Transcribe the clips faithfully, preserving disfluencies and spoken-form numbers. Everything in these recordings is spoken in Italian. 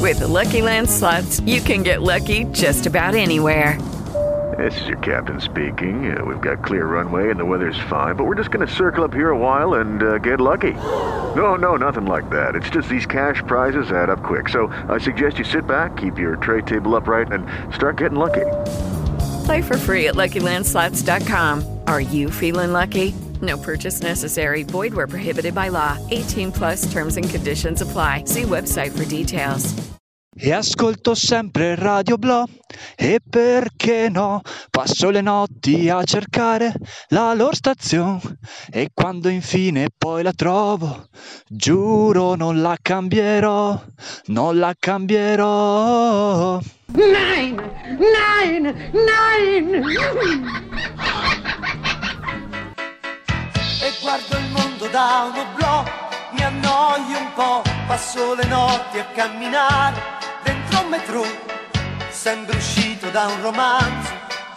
With the Lucky Land Slots, you can get lucky just about anywhere. This is your captain speaking. Uh, we've got clear runway and the weather's fine, but we're just going to circle up here a while and uh, get lucky. No, no, nothing like that. It's just these cash prizes add up quick. So I suggest you sit back, keep your tray table upright, and start getting lucky. Play for free at Lucky Land Slots dot com. Are you feeling lucky? No purchase necessary. Void where prohibited by law. eighteen plus terms and conditions apply. See website for details. E ascolto sempre Radio Blo, e perché no, passo le notti a cercare la loro stazione, e quando infine poi la trovo, giuro non la cambierò, non la cambierò. Nine, nine, nine. E guardo il mondo da uno blo, mi annoio un po', passo le notti a camminare dentro un metro, sembra uscito da un romanzo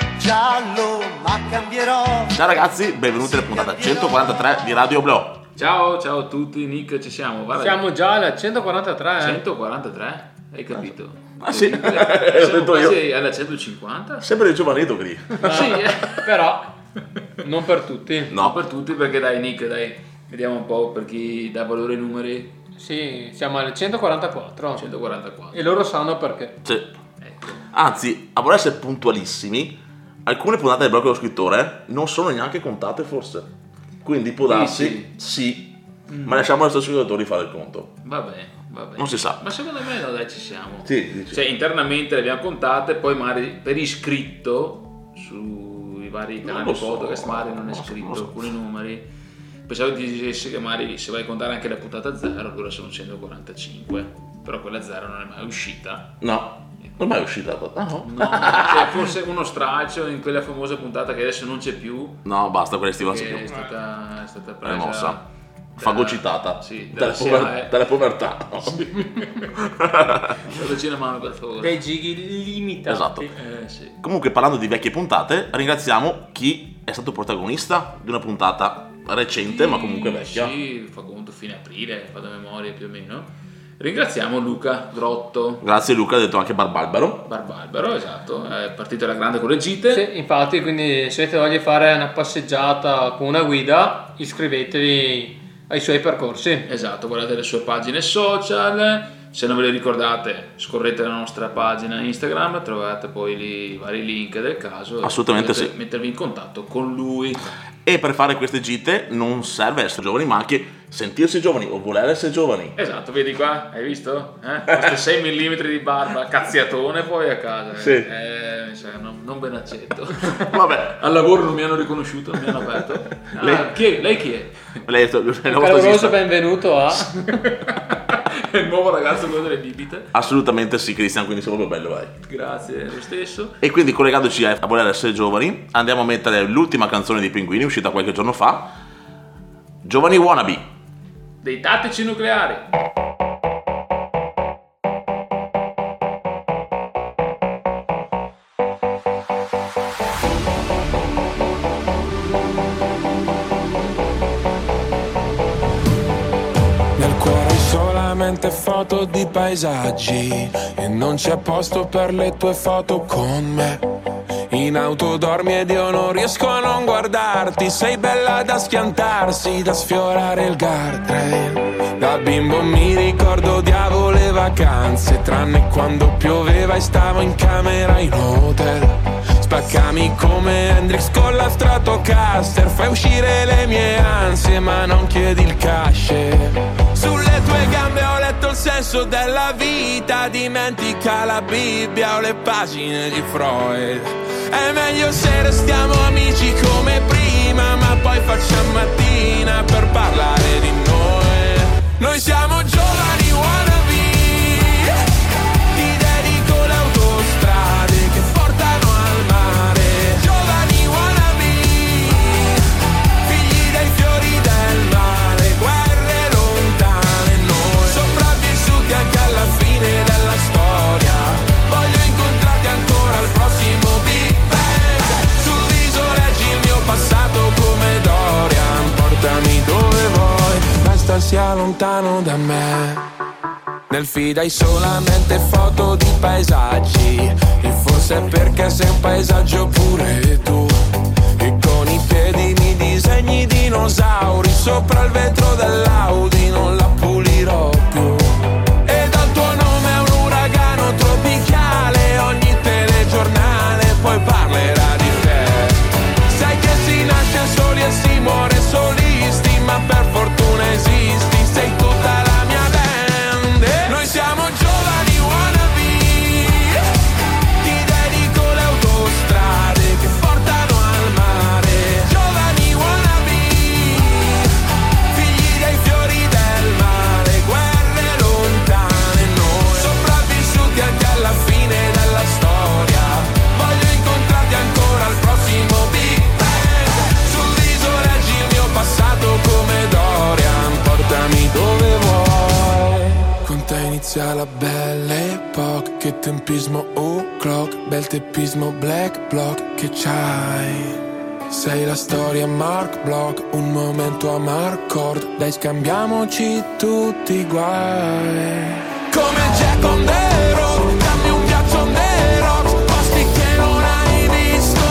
giallo, ma cambierò. Ciao ragazzi, benvenuti alla puntata centoquarantatré di Radio Blo. Ciao, ciao a tutti, Nick, ci siamo. Guarda, siamo già alla centoquarantatré. Eh? centoquarantatré? Hai capito? Ah sì, eh, siamo quasi alla centocinquanta. Sempre il giovanetto qui. No, sì, eh. Però non per tutti. No, non per tutti, perché dai Nick, dai, vediamo un po' per chi dà valore ai numeri. Sì, siamo alle centoquarantaquattro. centoquarantaquattro. E loro sanno perché. Sì. Ecco. Anzi, a voler essere puntualissimi, alcune puntate del blog dello scrittore non sono neanche contate forse. Quindi può darsi, sì, sì mm. ma lasciamo ai nostri ascoltatori fare il conto. Vabbè, vabbè. Non si sa. Ma secondo me no, dai, ci siamo. Sì, dici. Cioè, internamente le abbiamo contate, poi magari per iscritto sui vari canali so, podcast magari non è scritto so. alcuni numeri. Pensavo ti dicessi che magari se vai a contare anche la puntata zero, allora sono centoquarantacinque, però quella zero non è mai uscita. No, non è mai uscita. Ah, no, no, cioè forse uno straccio in quella famosa puntata che adesso non c'è più. No, basta, quella estiva non c'è più. È stata, è stata presa. È mossa. Fagocitata. Sì, dalle, pover- dalle povertà. No? Sì. Vicino a mano, per favore. Dei gighi limitati. Esatto. Eh, sì. Comunque, parlando di vecchie puntate, ringraziamo chi è stato protagonista di una puntata recente, sì, ma comunque vecchia. Sì, fa conto fine aprile, fa da memoria più o meno. Ringraziamo Luca Grotto. Grazie Luca, ha detto anche Barbalbero. Barbalbero, esatto, è partito alla grande con le gite. Sì, infatti, quindi se avete voglia di fare una passeggiata con una guida, iscrivetevi ai suoi percorsi. Esatto, guardate le sue pagine social. Se non ve le ricordate, scorrete la nostra pagina Instagram, trovate poi lì i vari link del caso. Assolutamente sì. Mettervi in contatto con lui. E per fare queste gite non serve essere giovani, ma anche sentirsi giovani o voler essere giovani. Esatto, vedi qua, hai visto? Eh? Questi sei millimetri di barba, cazziatone poi a casa. Sì. Eh, cioè, non, non ben accetto. Vabbè. Al lavoro non mi hanno riconosciuto, non mi hanno aperto. Ah, lei... Chi è? Lei chi è? Lei è il caloroso benvenuto a... È il nuovo ragazzo, quello delle bibite. Assolutamente sì, Cristian, quindi sei proprio bello, vai. Grazie, lo stesso. E quindi, collegandoci a voler essere giovani, andiamo a mettere l'ultima canzone dei Pinguini, uscita qualche giorno fa, Giovani Wannabe, dei Tattici Nucleari. Foto di paesaggi e non c'è posto per le tue foto con me. In auto dormi ed io non riesco a non guardarti. Sei bella da schiantarsi, da sfiorare il guardrail. Da bimbo mi ricordo odiavo le vacanze, tranne quando pioveva e stavo in camera in hotel. Spaccami come Hendrix con la Stratocaster, fai uscire le mie ansie ma non chiedi il cash. Sulle tue gambe ho letto il senso della vita, dimentica la Bibbia o le pagine di Freud. È meglio se restiamo amici come prima, ma poi facciamo mattina per parlare di noi. Noi siamo giovani wannabe, ti dedico le autostrade che portano al mare. Giovani wannabe, figli dei fiori del mare, guerre lontane noi, sopravvissuti anche alla fine della storia. Voglio incontrarti ancora al prossimo Big Bang. Sul viso leggi il mio passato come Dorian. Portami dove vuoi, basta sia lontano da me. nel feed hai solamente foto di paesaggi, e forse è perché sei un paesaggio pure tu. E con i piedi mi disegni dinosauri sopra il vetro dell'Audi, non la pulirò più. E dal tuo nome è un uragano tropicale, ogni telegiornale poi parlerà di te. Sai che si nasce soli e si muore solisti, ma per fortuna esisti, sei tutta la mia band. E noi siamo giovani wannabe, ti dedico le autostrade che portano al mare. Giovani wannabe, figli dei fiori del mare, guerre lontane, noi sopravvissuti anche alla fine della storia. Voglio incontrarti ancora al prossimo Big Bang. Sul viso reggi il mio passato come Dorian, portami dove vuoi. Con te inizia la belle epoca, che tempismo o'clock, bel teppismo black block che c'hai. Sei la storia Mark Block, un momento a Marcord, dai scambiamoci tutti i guai. Come Jack on the road, dammi un ghiaccio on the rocks, posti che non hai visto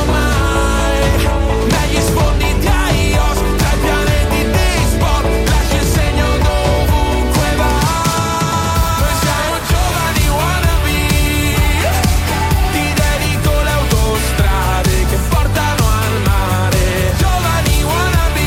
mai. Negli sfondi di iOS, tra i pianeti di sport, lasci il segno dovunque vai. Noi siamo giovani wannabe, ti dedico le autostrade che portano al mare. Giovani wannabe,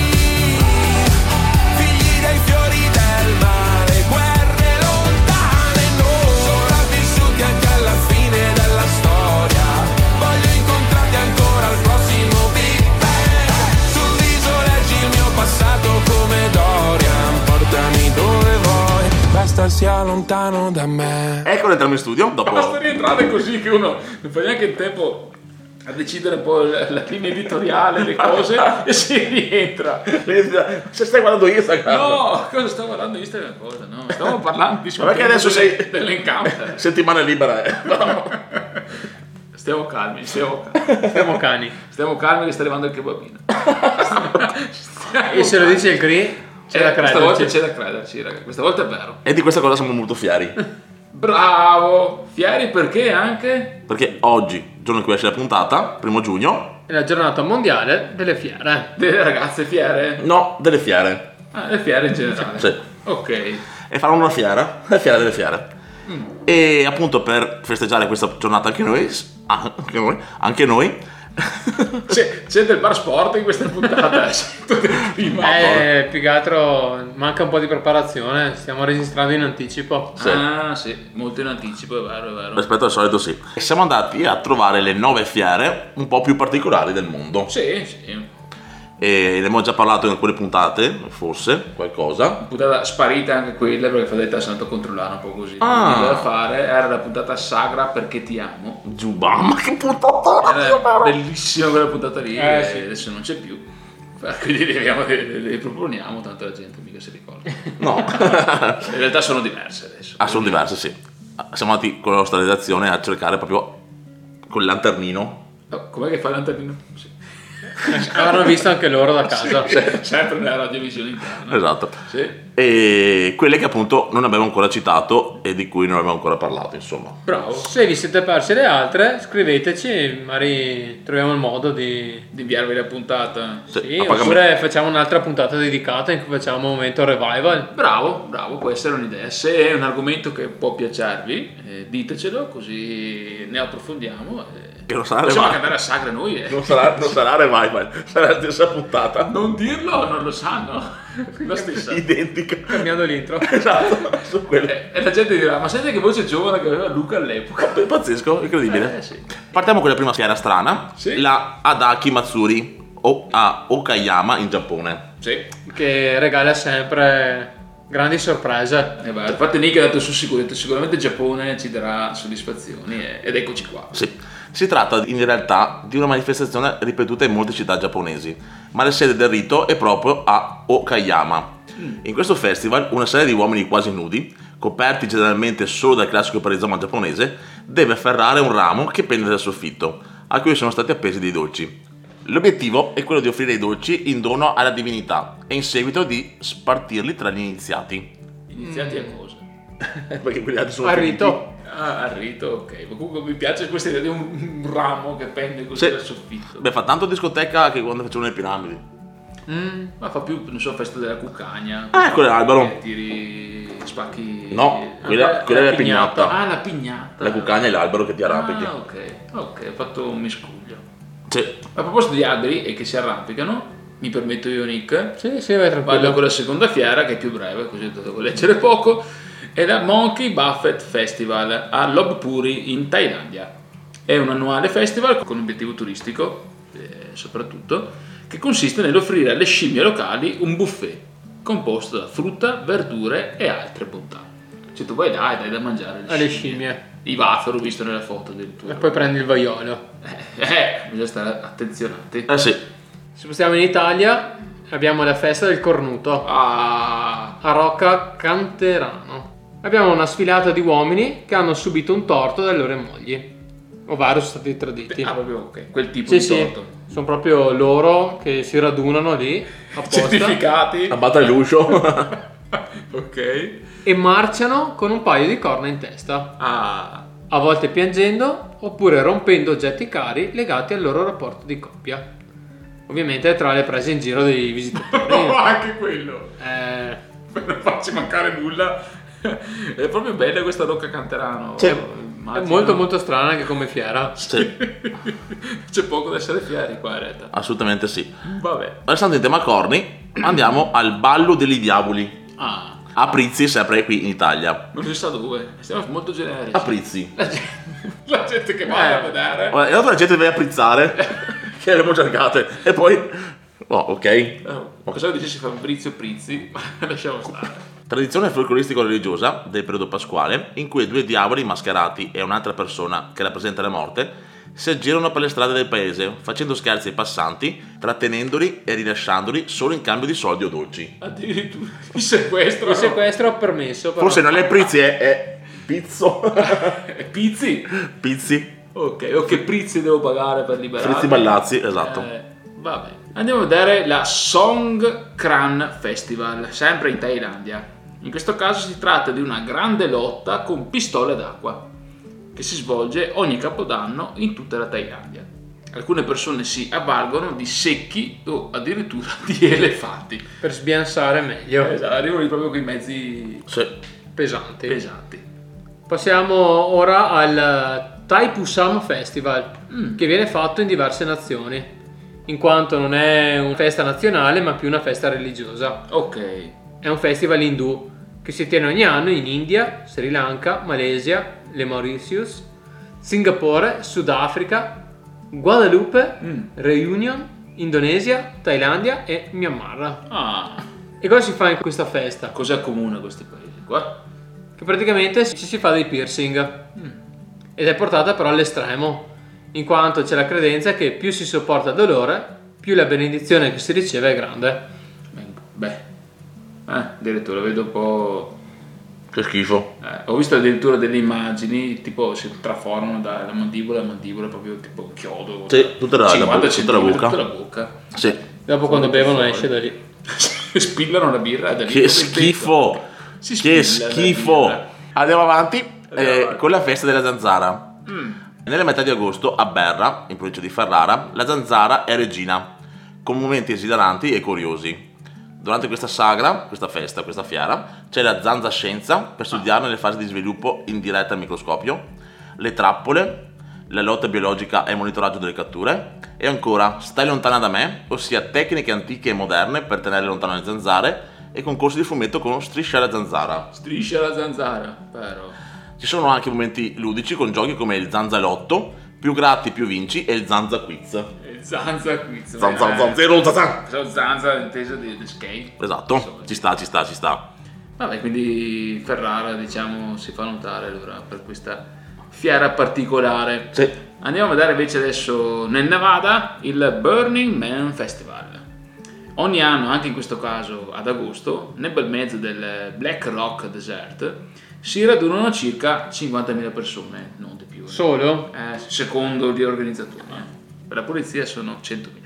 figli dei fiori del mare, guerre lontane, noi sopravvissuti anche alla fine della storia. Voglio incontrarti ancora al prossimo Big Bang. Sul viso leggi il mio passato come Dorian, portami dove vuoi, basta sia lontano da me. Ecco, entriamo in studio dopo. Basta rientrare così che uno non fa neanche il tempo a decidere un po' la, la linea editoriale, le cose, e si rientra. Se stai guardando Instagram. No, cosa sto guardando Instagram? Cosa? No, stiamo parlando di Perché adesso sei dell'encounter. settimana libera. Eh. No. Stiamo calmi, stiamo calmi. Siamo cani. Stiamo calmi che sta arrivando il kebabino. E se lo dice il Cri, c'è da Questa volta crederci. c'è da crederci, raga. Questa volta è vero. E di questa cosa siamo molto fieri. Bravo! Fieri perché anche? Perché oggi, giorno in cui esce la puntata, primo giugno, È la giornata mondiale delle fiere. Delle ragazze fiere? no, delle fiere. Ah, le fiere in generale. Sì. Ok. E faranno una fiera, la fiera delle fiere. Mm. E appunto per festeggiare questa giornata anche noi, anche noi, anche noi C'è, c'è del bar sport in questa puntata. Sento del clima. Eh, più che altro manca un po' di preparazione. Stiamo registrando in anticipo. Sì. Ah, sì, molto in anticipo, è vero, è vero. rispetto al solito sì. E siamo andati a trovare le nove fiere un po' più particolari del mondo. Sì, sì. E ne abbiamo già parlato in alcune puntate, forse, qualcosa. Puntata sparita anche quella perché Fadetta è andato a controllare un po' così. Ah. Non da fare, era la puntata sagra perché ti amo. Giuba, ma che puntata! Era bellissima quella puntata lì, Eh, e sì. adesso non c'è più. Quindi le, abbiamo- le- le- le proponiamo, tanto la gente mica si ricorda. No. In realtà sono diverse adesso. Ah, sono diverse, sì. Siamo andati con la nostra redazione a cercare proprio col lanternino. Oh, com'è che fa l'antennino? Sì. Avranno visto anche loro da casa. Sì, sempre nella radiovisione interna. Esatto. Sì. E quelle che appunto non abbiamo ancora citato e di cui non abbiamo ancora parlato, insomma. Bravo. Se vi siete persi le altre, scriveteci, magari troviamo il modo di... Di inviarvi la puntata. Sì, Sì, a pagamento. oppure facciamo un'altra puntata dedicata in cui facciamo un momento revival. Bravo, bravo, può essere un'idea. Se è un argomento che può piacervi, eh, ditecelo così ne approfondiamo. E... Che non sarà Possiamo revival. cantare a sagra noi. Eh. Non sarà, non sarà revival, sarà la stessa puntata. Non dirlo, non lo sanno. La stessa. Identica. Cambiando l'intro. Esatto, su quello. E, e la gente dirà, ma senti che voce giovane che aveva Luca all'epoca. È pazzesco, incredibile. Eh, sì. Partiamo con la prima fiera strana, Sì. la Adaki Matsuri o a Okayama in Giappone. Sì. Che regala sempre grandi sorprese. E beh, infatti Nick ha dato sul sicuro, ha detto, sicuramente il Giappone ci darà soddisfazioni e- ed eccoci qua. Sì. Si tratta in realtà di una manifestazione ripetuta in molte città giapponesi, ma la sede del rito è proprio a Okayama. In questo festival una serie di uomini quasi nudi, coperti generalmente solo dal classico perizoma giapponese, deve afferrare un ramo che pende dal soffitto, a cui sono stati appesi dei dolci. L'obiettivo è quello di offrire i dolci in dono alla divinità e in seguito di spartirli tra gli iniziati. Iniziati a cosa? Perché quelli altri sono Al finiti. rito. Ah, al rito, ok. Ma comunque mi piace questa idea di un, un ramo che pende così Sì. dal soffitto. Beh, fa tanto discoteca che quando facevano le piramidi. Mm, ma fa più, non so, festa della cuccagna. Ah, quello è l'albero. Che tiri, spacchi. No, quella- Ah, quella è la pignata. Ah, la pignata. La cuccagna è l'albero che ti arrampichi. Ah, ok, ok, ho fatto un miscuglio. Sì. A proposito di alberi e che si arrampicano, mi permetto io, Nick. Sì, sì, vai tranquillo. Vado con la seconda fiera, che è più breve, così devo leggere poco. È la Monkey Buffet Festival a Lopburi in Thailandia. È un annuale festival con obiettivo turistico, eh, soprattutto, che consiste nell'offrire alle scimmie locali un buffet composto da frutta, verdure e altre bontà. Cioè tu vai là e dai da mangiare alle, Alle scimmie. I wafer, ho visto nella foto addirittura. E poi prendi il vaiolo. Eh, bisogna stare attenzionati. Eh sì. Se spostiamo in Italia, abbiamo la festa del cornuto Ah, a Rocca Canterano. Abbiamo una sfilata di uomini che hanno subito un torto dalle loro mogli, ovvero sono stati traditi. ah, proprio ok, quel tipo Sì, di sì, torto. sono proprio loro che si radunano lì apposta Certificati. A battere l'uscio. Ok. e marciano con un paio di corna in testa, Ah, a volte piangendo oppure rompendo oggetti cari legati al loro rapporto di coppia. Ovviamente tra le prese in giro dei visitatori. oh, anche quello. Eh, Per non farci mancare nulla. È proprio bella questa Rocca Canterano. Sì. è Immagino. molto molto strana anche come fiera. Sì, C'è poco da essere fieri qua in realtà. assolutamente sì. Vabbè. Restando in tema corni, andiamo al ballo degli diavoli. Ah, A Prizzi, sempre qui in Italia. non si sa dove. Stiamo molto generici. A Prizzi. La gente, la gente che va Eh. a vedere. Guarda, intanto la gente deve apprizzare, che abbiamo cercate. E poi... Oh, ok. Oh, pensavo dicessi Fabrizio Prizzi, ma lasciamo stare. Tradizione folcloristico-religiosa del periodo pasquale in cui due diavoli mascherati e un'altra persona che rappresenta la morte si aggirano per le strade del paese facendo scherzi ai passanti, trattenendoli e rilasciandoli solo in cambio di soldi o dolci. Addirittura il sequestro. Il sequestro è permesso, però. Forse non è Prizzi, è, è Pizzo. È Pizzi. Pizzi. Ok, o che Prizzi devo pagare per liberarmi. Frizzi Ballazzi, esatto. Eh, vabbè. Andiamo a vedere la Songkran Festival, sempre in Thailandia. In questo caso si tratta di una grande lotta con pistole d'acqua che si svolge ogni capodanno in tutta la Thailandia. Alcune persone si avvalgono di secchi o addirittura di elefanti. Per sbiansare meglio. Esatto, arrivano proprio con i mezzi Sì. Pesanti. pesanti. Passiamo ora al Thaipusam Festival, che viene fatto in diverse nazioni, in quanto non è una festa nazionale ma più una festa religiosa. Ok. È un festival indù che si tiene ogni anno in India, Sri Lanka, Malesia, le Mauritius, Singapore, Sudafrica, Guadalupe, Mm. Reunion, Indonesia, Thailandia e Myanmar. Ah, E cosa si fa in questa festa? cos'è comune a questi paesi qua? Che praticamente ci si fa dei piercing ed è portata però all'estremo, in quanto c'è la credenza che più si sopporta dolore, più la benedizione che si riceve è grande. Beh, eh, addirittura vedo un po'. Che schifo. Eh, ho visto addirittura delle immagini tipo si trasformano dalla mandibola alla mandibola, proprio tipo un chiodo. Sì, tutta la- cinquanta la- tutta la centimetri, bocca. tutta la bocca. Sì. Dopo quando Fuori, bevono fuori. esce da lì. Spillano la birra e da lì Che come schifo. Si Che spilla la schifo. birra. Andiamo avanti Andiamo eh, avanti. con la festa della zanzara. Mm. Nella metà di agosto a Berra, in provincia di Ferrara, la zanzara è regina, con momenti esilaranti e curiosi. Durante questa sagra, questa festa, questa fiera, c'è la zanza scienza per studiarne le fasi di sviluppo in diretta al microscopio, le trappole, la lotta biologica e il monitoraggio delle catture, e ancora Stai lontana da me, ossia tecniche antiche e moderne per tenere lontano le zanzare, e concorsi di fumetto con Striscia la zanzara. Striscia la zanzara, però. Ci sono anche momenti ludici con giochi come il Zanzalotto, più gratti più vinci, e il Zanza Quiz. Il zanza quiz. Zanza, eh. zanzero, zanza. Sono zanza intesa di, di skate. Esatto, ci sta, ci sta, ci sta. Vabbè, quindi Ferrara, diciamo, si fa notare allora per questa fiera particolare. Sì. Andiamo a vedere invece adesso nel Nevada il Burning Man Festival. Ogni anno, anche in questo caso ad agosto, nel bel mezzo del Black Rock Desert, si radunano circa cinquantamila persone, non di più. Solo? Eh, secondo gli organizzatori. eh. Per la polizia sono centomila.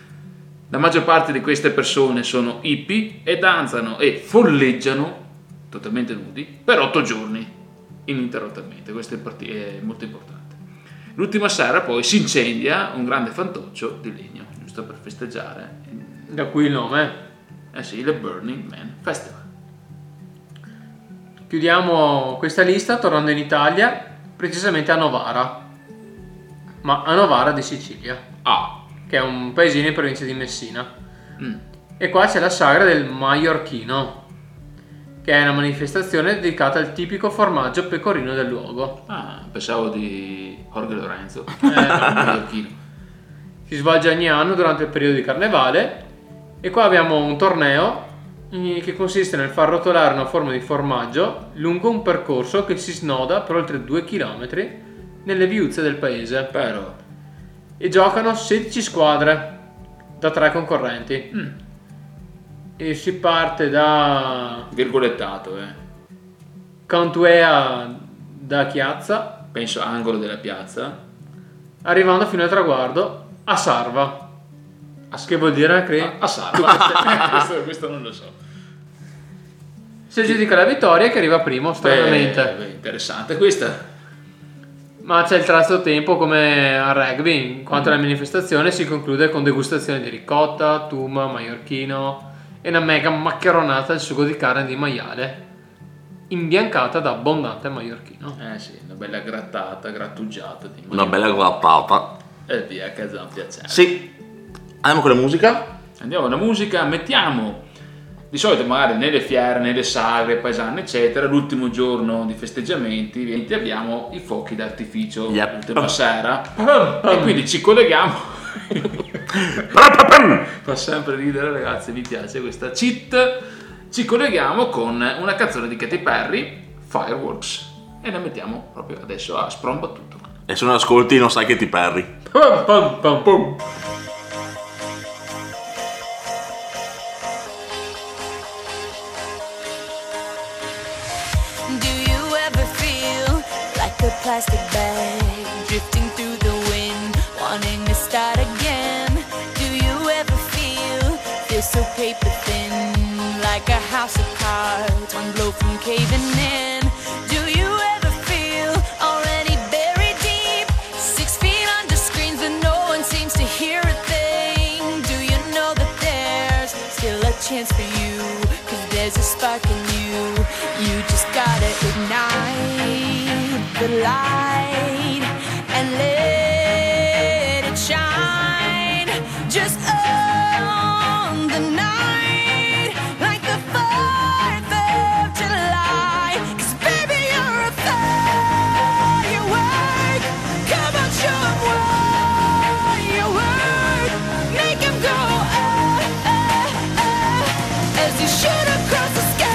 La maggior parte di queste persone sono hippie e danzano e folleggiano totalmente nudi, per otto giorni, ininterrottamente. Questo è, part- è molto importante. L'ultima sera poi si incendia un grande fantoccio di legno, giusto per festeggiare. Da qui il nome. Eh sì, il Burning Man Festival. Chiudiamo questa lista tornando in Italia, precisamente a Novara, ma a Novara di Sicilia, Ah, che è un paesino in provincia di Messina. mm. E qua c'è la sagra del Maiorchino, che è una manifestazione dedicata al tipico formaggio pecorino del luogo. Ah, pensavo di Jorge Lorenzo. Eh, no. Maiorchino. Si svolge ogni anno durante il periodo di carnevale e qua abbiamo un torneo che consiste nel far rotolare una forma di formaggio lungo un percorso che si snoda per oltre due chilometri nelle viuzze del paese. Però, E giocano sedici squadre da tre concorrenti. mm. E si parte da virgolettato, eh. Cantuea da Chiazza, Penso angolo della piazza. arrivando fino al traguardo a Sarva. Che vuol dire? Cre- A, a Sarva. questo, questo non lo so. Si aggiudica la vittoria che arriva primo, stranamente. Beh, beh, interessante questa. Ma c'è il terzo tempo come al rugby, in quanto la manifestazione si conclude con degustazione di ricotta, tuma, maiorchino e una mega maccheronata al sugo di carne di maiale, imbiancata da abbondante maiorchino. Eh sì, una bella grattata, grattugiata di Una bella grattata. E via, che zan piacere. Sì. Andiamo con la musica? Andiamo alla musica, mettiamo di solito magari nelle fiere, nelle sagre paesane eccetera, l'ultimo giorno di festeggiamenti abbiamo i fuochi d'artificio, Yep. l'ultima sera, e quindi ci colleghiamo. Fa sempre ridere, ragazzi, mi piace questa cheat. Ci colleghiamo con una canzone di Katy Perry, Fireworks, e la mettiamo proprio adesso a sprombattuto. E se non ascolti non sai che ti perri. Pum, pum, pum, pum. Do you ever feel like a plastic bag drifting through the wind, wanting to start again? Do you ever feel, feel so paper thin, like a house of cards, one blow from caving in? Do you ever feel already buried deep, six feet under screens but no one seems to hear a thing? Do you know that there's still a chance for you, 'cause there's a spark in you? You just gotta ignite the light and let it shine. Just own the night like the fourth of July. 'Cause baby, you're a firework. Come on, show 'em what you work. Make 'em go ah, ah, ah, as you shoot across the sky.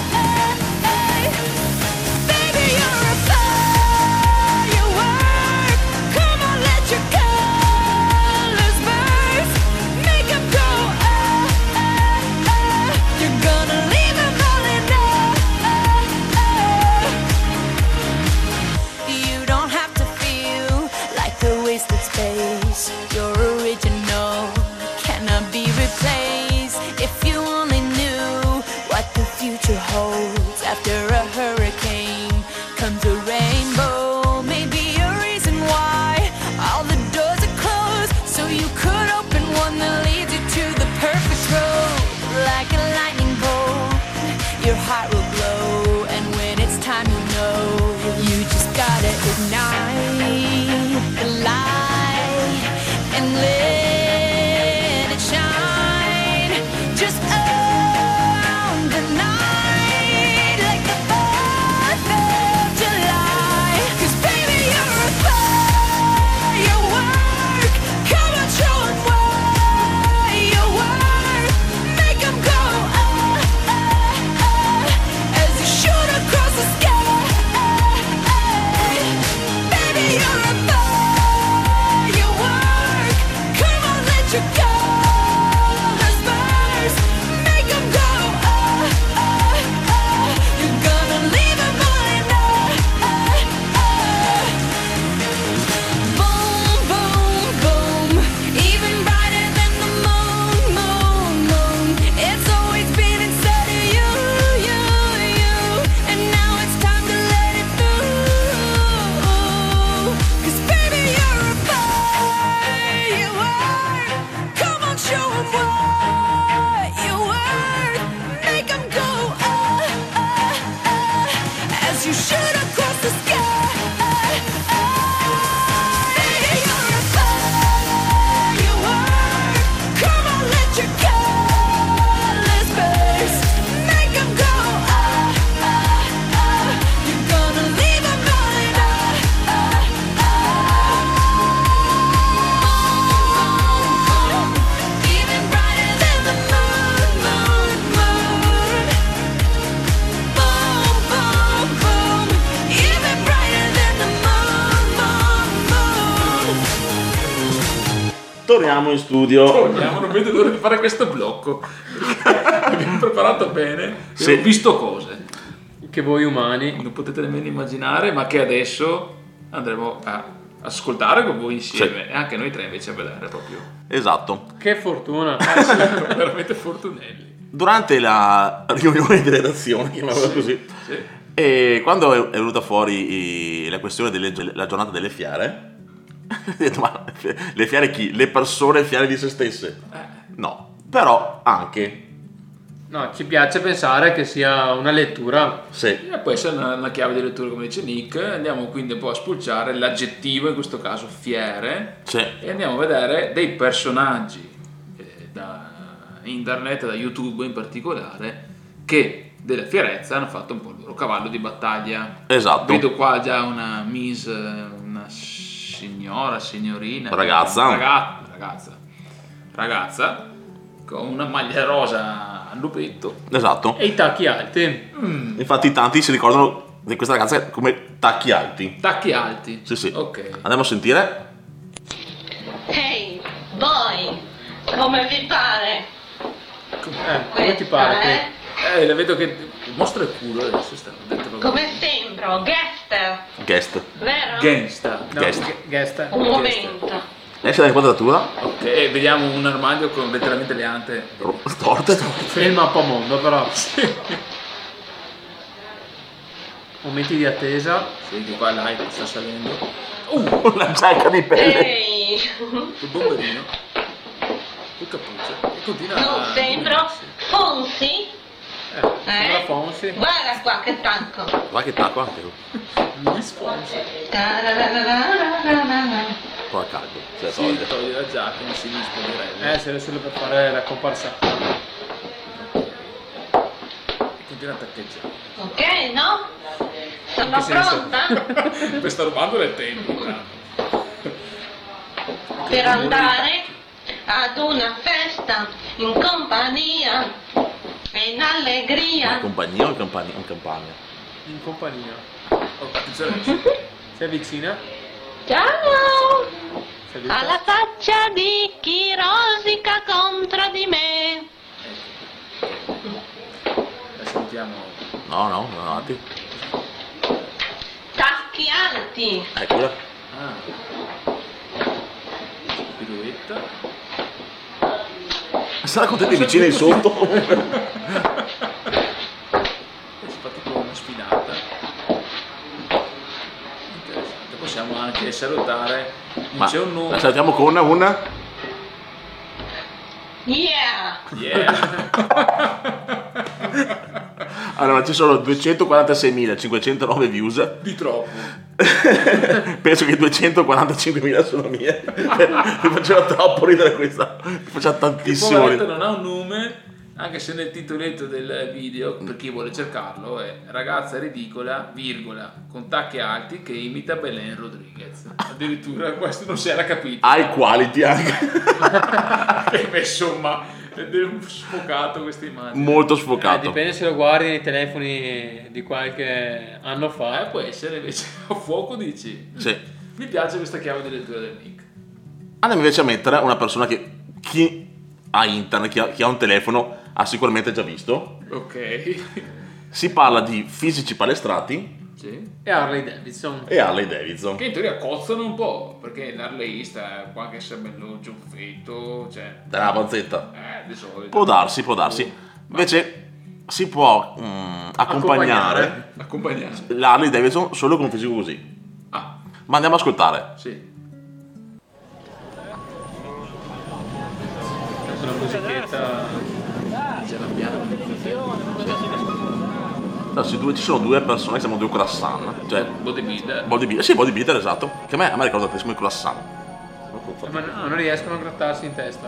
Your original cannot be replaced. If you only knew what the future holds, after a hurricane comes a rainbow. Maybe a reason why all the doors are closed, so you could open one that leads you to the perfect road. Like a lightning bolt, your heart will glow, and when it's time you know, you just gotta ignite the light and let it shine. Just own the night like the fourth of July. 'Cause baby, you're a firework. Come on, show 'em what you work. Make 'em go ah, ah, ah, as you shoot across the sky. torniamo in studio. Torniamo, non vedo l'ora di fare questo blocco. Abbiamo preparato bene, Sì. abbiamo visto cose Che voi umani. non potete nemmeno immaginare, ma che adesso andremo a ascoltare con voi insieme Sì. e anche noi tre invece a vedere proprio. Esatto. Che fortuna. Eh, sì, veramente fortunelli. Durante la riunione di redazione, chiamiamola così, Sì. e quando è è venuta fuori i- la questione della giornata delle fiere, ho detto, ma le fiere chi? Le persone fiere di se stesse? No, però anche, No, ci piace pensare che sia una lettura. sì, E può essere una, una chiave di lettura, come dice Nick. Andiamo quindi un po' a spulciare l'aggettivo, in questo caso fiere, sì, e andiamo a vedere dei personaggi eh, da internet, da YouTube in particolare, che della fierezza hanno fatto un po' il loro cavallo di battaglia. esatto. Vedo qua già una miss, una signora, signorina, Ragazza. raga- ragazza, ragazza, con una maglia rosa al lupetto. Esatto. E i tacchi alti. Infatti tanti si ricordano di questa ragazza come tacchi alti. Tacchi alti. Sì, sì. Ok. Andiamo a sentire. Ehi, voi, come vi pare? Eh, come ti pare? Eh? Eh, la vedo che mostra il culo adesso, stanno dentro. Come sembro? Gaster, Guest. vero? Gangsta. No, Guest. gu- guest. Un momento. Esce dall'inquadratura. Ok, vediamo un armadio con letteralmente le ante. Storte. E il mappamondo però. Momenti di attesa. Sì, che qua l'hype sta salendo. Una giacca di pelle. Ehi, Il bomberino. Il cappuccio. E continua non a... sembro Fonsi? Eh, sembra Fonsi. Guarda qua che tacco. Guarda che tacco anche. Luis Fonsi. Tararararararara. Poi a caldo. Se la Si toglie. toglie la giacca, non si mischia direi. Eh, se solo per fare la comparsa. E continua a taccheggiare. Ok, no? Sono che senso? pronta Questa rubando del tempo. per andare ad una festa in compagnia e in Ma allegria. in compagnia o in campagna? In campagna. In compagnia. Oh, attenzione. Si avvicina. Ciao! Si avvicina. Alla faccia di chi rosica contro di me. La sentiamo. No, no, no, avanti. Tacchi alti. Eccola. Ah. Piruetta. Sarà contenti vicini in sotto. E si fa tipo una spinata. Interessante. Possiamo anche salutare. Non Ma c'è un la nome. salutiamo con una. Yeah! Yeah. Allora, ci sono duecentoquarantaseimilacinquecentonove views. Di troppo. Penso che duecentoquarantacinquemila sono mie. Mi faceva troppo ridere questa. Mi faceva Il tantissimo poveretto ridere. non ha un nome, anche se nel titoletto del video, per chi vuole cercarlo, è ragazza ridicola, virgola, con tacchi alti che imita Belen Rodriguez. Addirittura questo non si era capito. High quality anche. Che insomma, è sfocato questa immagine. Molto Eh, sfocato. dipende se lo guardi nei telefoni di qualche anno Eh, fa. può essere invece a fuoco dici. Sì. Mi piace questa chiave di lettura del Nick. Andiamo invece a mettere una persona che chi ha internet, chi ha, chi ha un telefono, ha sicuramente già visto. Ok. Si parla di fisici palestrati Sì. E Harley Davidson. e Harley Davidson. Che in teoria cozzano un po', perché l'arleista può anche essere bello giuffetto, cioè... Dalla panzetta. Eh, di solito. Può darsi, può darsi. Invece si può mm, accompagnare Accompagnare. l'Harley Davidson solo con un fisico così. Ah, Ma andiamo a ascoltare. sì. C'è una musichetta. C'è la piana. No, ci due- ci sono due persone che siamo due croissant. Cioè, Bodybuilder. bodybuilder. Sì, bodybuilder, esatto. Che a me, a me ricorda tantissimo i croissant. Ma no, non riescono a grattarsi in testa.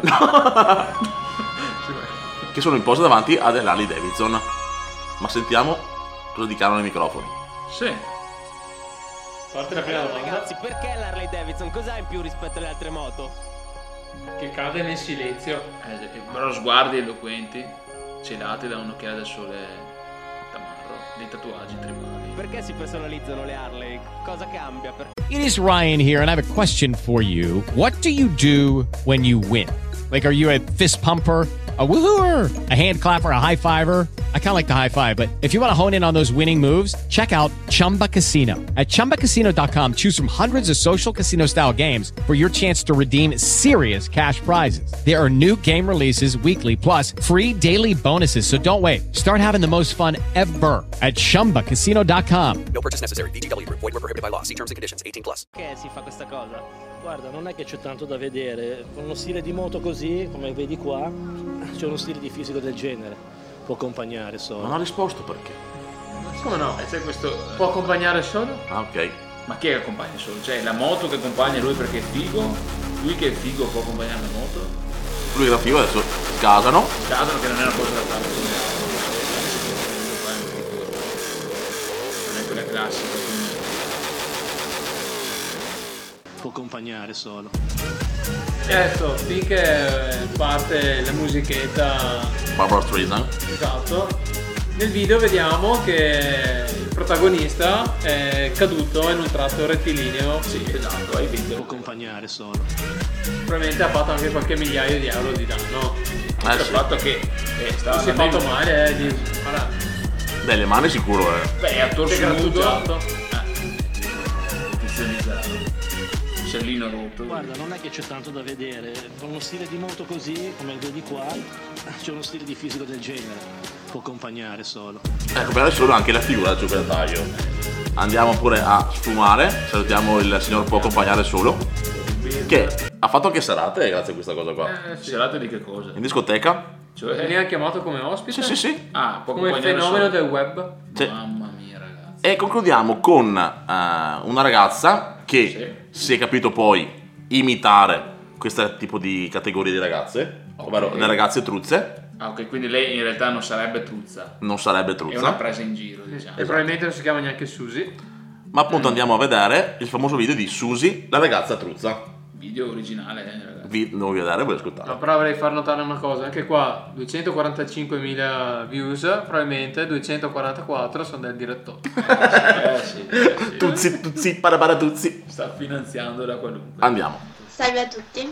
Che sono in posa davanti a dell'Harley Davidson. Ma sentiamo cosa dichiarano nei microfoni. Sì. Parte la prima Allora, domanda. ragazzi, perché l'Harley Davidson? Cos'ha in più rispetto alle altre moto? Che cade nel silenzio. Eh, sì, però sguardi eloquenti, celati da un'occhiale del sole tamarro, dei tatuaggi tribali. Perché si personalizzano le Harley? Cosa cambia? Per... It is Ryan here, and I have a question for you. What do you do when you win? Like, are you a fist pumper, a woohooer, a hand clapper, a high fiver? I kind of like the high five, but if you want to hone in on those winning moves, check out Chumba Casino. At chumba casino dot com, choose from hundreds of social casino style games for your chance to redeem serious cash prizes. There are new game releases weekly, plus free daily bonuses. So don't wait. Start having the most fun ever at chumba casino dot com. No purchase necessary. V G W Group. Void where prohibited by law. See terms and conditions. eighteen plus. Perché si fa questa cosa? Guarda, non è che c'è tanto da vedere. Con uno stile di moto così, come vedi qua, c'è uno stile di fisico del genere. Può accompagnare solo. Non ha risposto perché. Come no? E c'è questo... Può accompagnare solo? Ah, ok. Ma chi è che accompagna solo? Cioè la moto che accompagna lui perché è figo? Lui che è figo può accompagnare la moto? Lui era figo, adesso casano. Casano che non è una cosa da fare. Non è quella classica. Può accompagnare solo. Certo, finché parte la musichetta Barbra Streisand. Esatto. Nel video vediamo che il protagonista è caduto in un tratto rettilineo. Sì, esatto, hai vinto. Può accompagnare solo. Probabilmente ha fatto anche qualche migliaio di euro di danno. Eh, il sì. fatto che eh, stava si è fatto male, eh, di... Beh, le mani sicuro, eh. Beh, è a torso Si è nudo. grattugiato. Posizionizzato. Cellino rotto. Guarda, non è che c'è tanto da vedere. Con uno stile di moto così, come vedi qua, c'è uno stile di fisico del genere. Può accompagnare solo. Ecco, per adesso anche la figura del giocattaio. Andiamo pure a sfumare. Salutiamo il signor Può accompagnare solo. Che ha fatto anche serate grazie a questa cosa qua. Eh, sì. Serate di che cosa? In discoteca? Cioè... Mi ha chiamato come ospite? Sì, sì, sì. Ah, può come accompagnare fenomeno solo. del web. Sì. Mamma mia, ragazzi. E concludiamo con uh, una ragazza che Sì. si è capito poi imitare questo tipo di categorie di ragazze, Ok. ovvero le ragazze truzze. Ah, ok, quindi lei in realtà non sarebbe truzza. Non sarebbe È una truzza. presa in giro, diciamo. E probabilmente non si chiama neanche Susi. Ma appunto andiamo a vedere il famoso video di Susi, la ragazza truzza. Video originale, eh, ragazzi. Vi devo vedere, voi ascoltate. No, però vorrei far notare una cosa, anche qua duecentoquarantacinquemila views, probabilmente duecentoquarantaquattro sono del direttore. Eh sì, eh, sì. Tuzzi, tuzzi, parabara tuzzi. Sta finanziando da qualunque. Andiamo. Salve a tutti,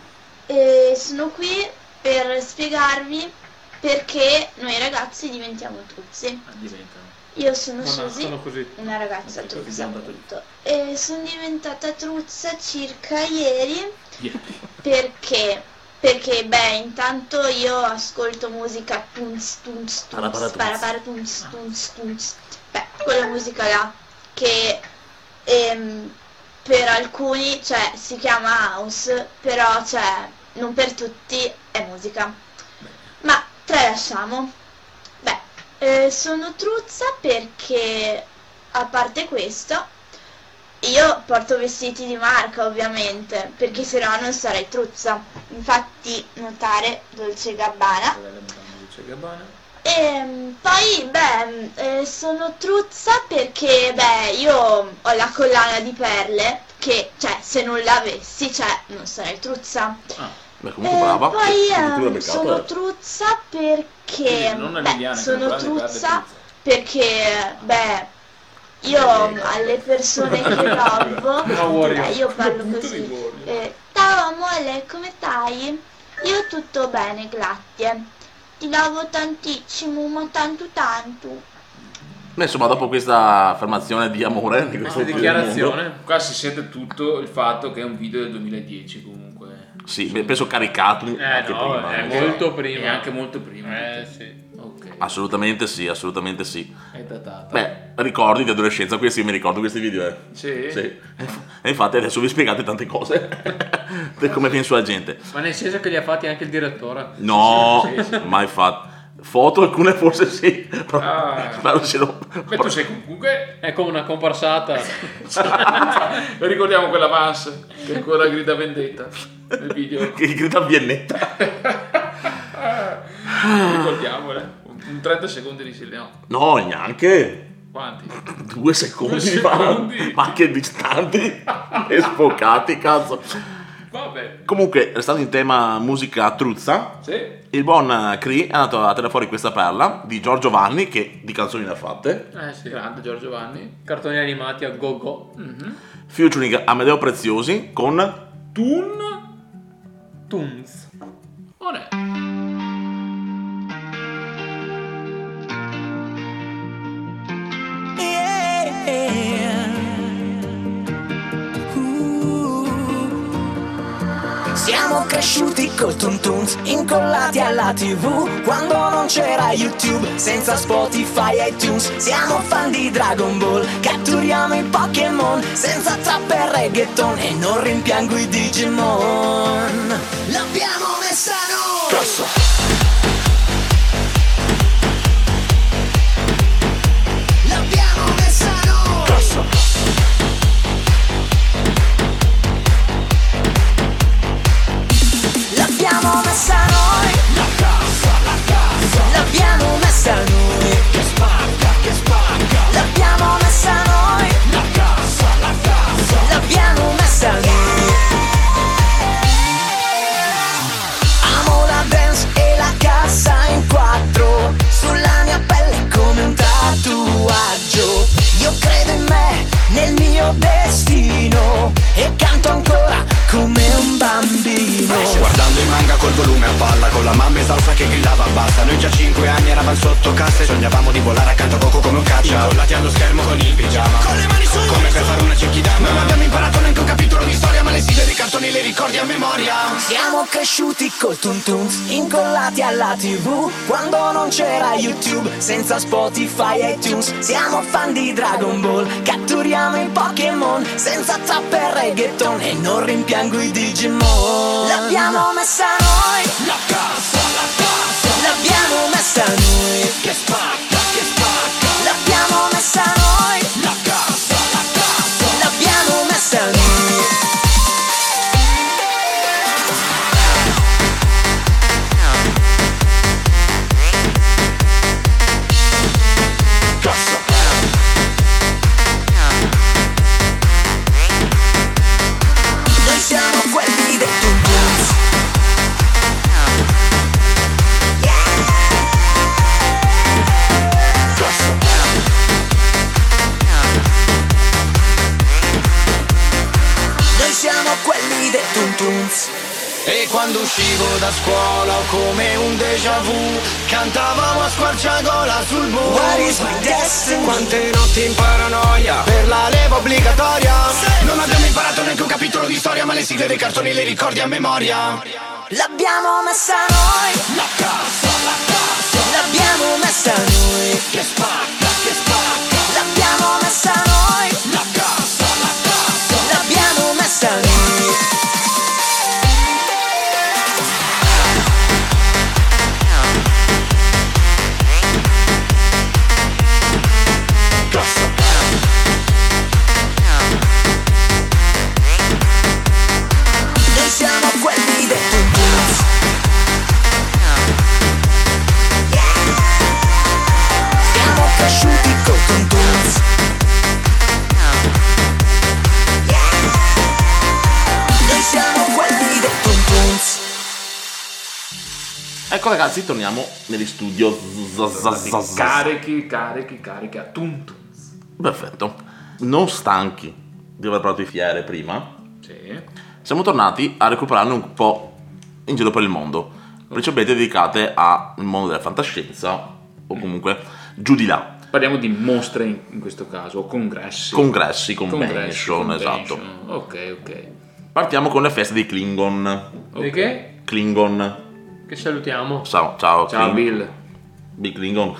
eh, sono qui per spiegarvi perché noi ragazzi diventiamo truzzi. Ah, diventano. Io sono Non Susi, nascono così. una ragazza Non truzza capito. appunto, e sono diventata truzza circa ieri Yeah. perché, perché beh intanto io ascolto musica tunz tunz tunz, Parapara tunz. parapara tunz tunz tunz, beh quella musica là che ehm, per alcuni cioè si chiama house, però cioè non per tutti è musica, ma tralasciamo. Beh, eh, sono truzza perché a parte questo io porto vestiti di marca ovviamente, perché se no non sarei truzza. Infatti notare Dolce Gabbana. Dolce Gabbana. E poi beh eh, sono truzza perché beh io ho la collana di perle che cioè se non l'avessi cioè non sarei truzza. Ah. Beh, comunque Eh, brava. poi Addirittura ehm, beccato, sono eh. truzza perché Quindi non la beh, Liliana che sono non prende truzza carte perché beh io alle persone che lovo beh, io parlo così eh, ciao amore, come stai? Io tutto bene, grazie, ti lovo tantissimo, ma tanto tanto. Beh, insomma, dopo questa affermazione di amore, di questo Questa video del mondo, dichiarazione. Qua si sente tutto il fatto che è un video del duemiladieci comunque. sì, beh, penso caricato Eh anche no, prima. è eh. molto prima. E anche molto prima. Eh sì. Ok. Assolutamente sì, assolutamente sì. È datata. Beh, ricordi di adolescenza, questi io mi ricordo questi video, eh. Sì? Sì. E infatti adesso vi spiegate tante cose per come penso la gente. Ma nel senso che li ha fatti anche il direttore. No, Sì, sì, sì. mai fatto. Foto alcune forse sì, però Ah. spero se lo... Beh, tu sei comunque. È come una comparsata. Ricordiamo quella Vance che ancora grida vendetta nel video. che grida Viennetta. Ricordiamole. Un trenta secondi di silenzio. No, neanche. Quanti? Due secondi, Due ma- secondi. Ma, che distanti e sfocati, cazzo. Va vabbè. Comunque, restando in tema musica truzza, Sì. il buon Cree è andato a tirare fuori questa perla di Giorgio Vanni, che di canzoni ne ha fatte, Eh sì. Grande Giorgio Vanni. Cartoni animati a go go. Mhm. featuring Amedeo Preziosi con Toon Toons. on è. Siamo cresciuti col Toon Toons, incollati alla tivù, quando non c'era YouTube, senza Spotify e iTunes. Siamo fan di Dragon Ball, catturiamo i Pokémon, senza trap e reggaeton, e non rimpiango i Digimon. L'abbiamo messa noi! Grosso. L'abbiamo messa noi! Grosso. L'abbiamo messa noi, la casa, la casa. L'abbiamo messa noi, che spacca, che spacca. L'abbiamo messa noi, la casa, la casa. L'abbiamo messa noi. Amo la dance e la cassa in quattro, sulla mia pelle come un tatuaggio. Io credo in me, nel mio destino, e canto ancora come un bambino. Guardando i manga col volume a palla, con la mamma esausta che gridava basta. Noi già cinque anni eravamo sotto cassa e sognavamo di volare accanto a Goku come un caccia. Incollati allo schermo con il pigiama, con le mani su, come per fare una cenkidama. Non abbiamo imparato neanche un capitolo di storia, ma le sigle dei cartoni le ricordi a memoria. Siamo cresciuti col Toon Toons, incollati alla tivù, quando non c'era YouTube, senza Spotify e iTunes. Siamo fan di Dragon Ball, catturiamo i Pokémon, senza trap e reggaeton, e non rimpiango i Digimon. L'abbiamo messa noi, la casa, la casa. L'abbiamo messa noi, che spacca, che spacca. L'abbiamo messa noi, la casa, la casa. L'abbiamo messa noi. Cassa. Noi siamo quelli dei Toon Toons. Noi siamo quelli dei Toon Toons. E quando uscivo da scuola come un déjà vu, cantavamo a squarciagola sul bus. What is my destiny? Quante notti in paranoia per la leva obbligatoria. Non abbiamo imparato neanche un capitolo di storia, ma le sigle dei cartoni le ricordi a memoria. L'abbiamo messa noi, La casa, la casa. l'abbiamo messa noi, Che spacca, che spacca. l'abbiamo messa noi, La casa, la casa. l'abbiamo messa noi. Cassa. Noi siamo quelli dei Toon Toons. Siamo cresciuti col Toon Toons. Noi siamo quelli dei Toon Toons. Ecco ragazzi, torniamo negli studio. Carichi, carichi, carichi a Toon Toons. Perfetto. Non stanchi di aver parlato di fiere prima, Sì. siamo tornati a recuperarne un po' in giro per il mondo, principalmente dedicate al mondo della fantascienza o comunque giù di là. Parliamo di mostre in, in questo caso, o congressi. Congressi, convention, Congressi, convention. esatto. Ok, ok. Partiamo con le feste dei Klingon. Di che? Klingon. Che salutiamo. Ciao, ciao, Ciao Kling- Bill. Big Klingon.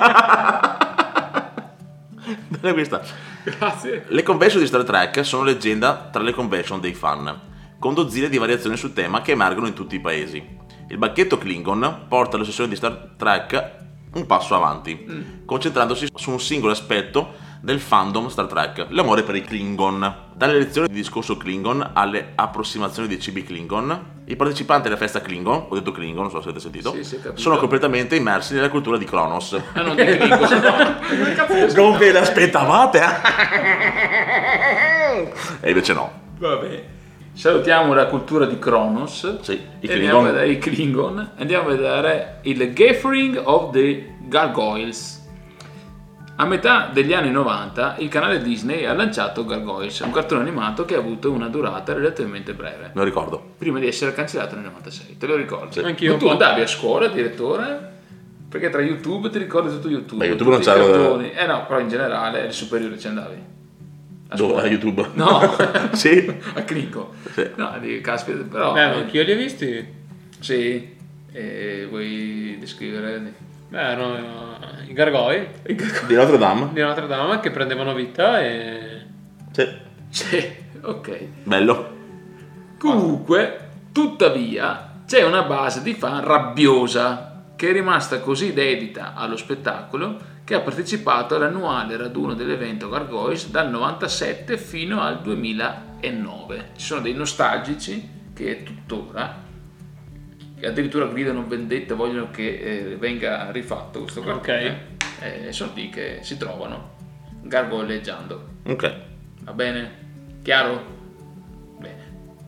Bella questa. Grazie. Le convention di Star Trek sono leggenda tra le convention dei fan, con dozzine di variazioni sul tema che emergono in tutti i paesi. Il banchetto Klingon porta l'ossessione di Star Trek un passo avanti, Mm. concentrandosi su un singolo aspetto del fandom Star Trek, l'amore per i Klingon. Dalle lezioni di discorso Klingon alle approssimazioni dei cibi Klingon, i partecipanti alla festa Klingon, ho detto Klingon, non so se avete sentito, Sì, sì, capito. sono completamente immersi nella cultura di Kronos. Ah, non di Klingon, no. Non ve l'aspettavate? E invece no. Vabbè. Salutiamo la cultura di Kronos. Sì, i e andiamo a Klingon. vedere i Klingon. Andiamo a vedere il Gathering of the Gargoyles. A metà degli anni novanta il canale Disney ha lanciato Gargoyles, un cartone animato che ha avuto una durata relativamente breve. Me lo ricordo. Prima di essere cancellato nel novantasei. Te lo ricordi? Sì. Anch'io Ma tu un po'. andavi a scuola, direttore? Perché tra YouTube ti ricordi tutto YouTube? Beh, YouTube non tutti i c'era- cartoni. Eh no, però in generale alle superiori ci andavi. A Dove? scuola. A YouTube? No. Sì. A Clinco. Sì. No, di caspita, però. Beh, ma anch'io li ho visti. Sì. E vuoi descrivere? Beh, erano i gargoi Di Notre Dame. di Notre Dame che prendevano vita e... Sì. Sì, ok. Bello. Comunque, tuttavia, c'è una base di fan rabbiosa che è rimasta così dedita allo spettacolo che ha partecipato all'annuale raduno dell'evento Gargoyles dal novantasette fino al duemilanove. Ci sono dei nostalgici che tuttora che addirittura gridano vendetta, vogliono che eh, venga rifatto questo cartone. E sono lì che si trovano gargoleggiando. Ok. Va bene? Chiaro? Bene.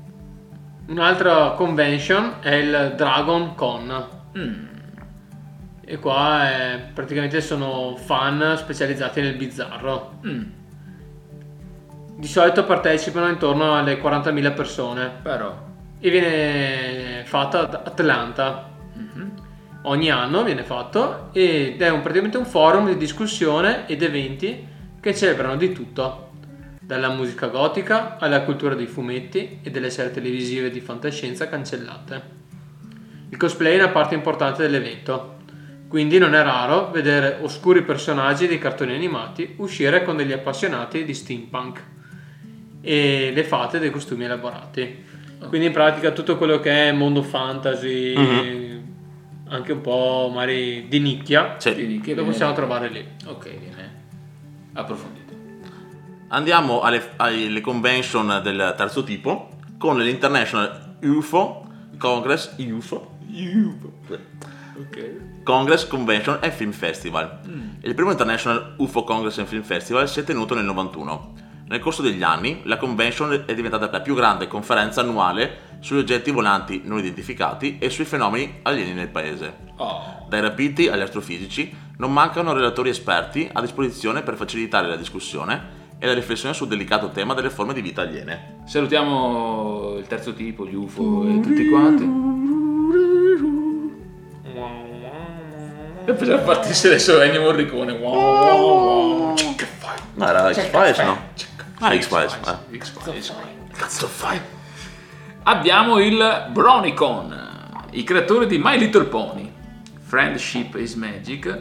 Un'altra convention è il Dragon Con. Mm. E qua è, praticamente sono fan specializzati nel bizzarro. Mm. Di solito partecipano intorno alle quarantamila persone. Però. E viene fatta ad Atlanta. Mm-hmm. Ogni anno viene fatto ed è un, praticamente un forum di discussione ed eventi che celebrano di tutto, dalla musica gotica alla cultura dei fumetti e delle serie televisive di fantascienza cancellate. Il cosplay è una parte importante dell'evento, quindi non è raro vedere oscuri personaggi dei cartoni animati uscire con degli appassionati di steampunk e le fate dei costumi elaborati. Quindi in pratica tutto quello che è mondo fantasy, Mhm. anche un po' magari di nicchia, Sì. Di nicchia lo viene- possiamo trovare lì. Ok, viene approfondito. Andiamo alle, alle convention del terzo tipo con l'International U F O Congress U F O U F O. Ok. Congress Convention and Film Festival. Mm. Il primo International U F O Congress and Film Festival si è tenuto nel novantuno. Nel corso degli anni, la convention è diventata la più grande conferenza annuale sugli oggetti volanti non identificati e sui fenomeni alieni nel paese. Oh. Dai rapiti agli astrofisici, non mancano relatori esperti a disposizione per facilitare la discussione e la riflessione sul delicato tema delle forme di vita aliene. Salutiamo il terzo tipo, gli U F O e tutti quanti. E facciamo partire adesso Ennio Morricone. Wow, wow, wow. Che fai? No, era C'è X-Files, caffè. no? Ah, X-Files. eh. X-Files. Cazzo fai? Abbiamo il BronyCon, i creatori di My Little Pony, Friendship is Magic,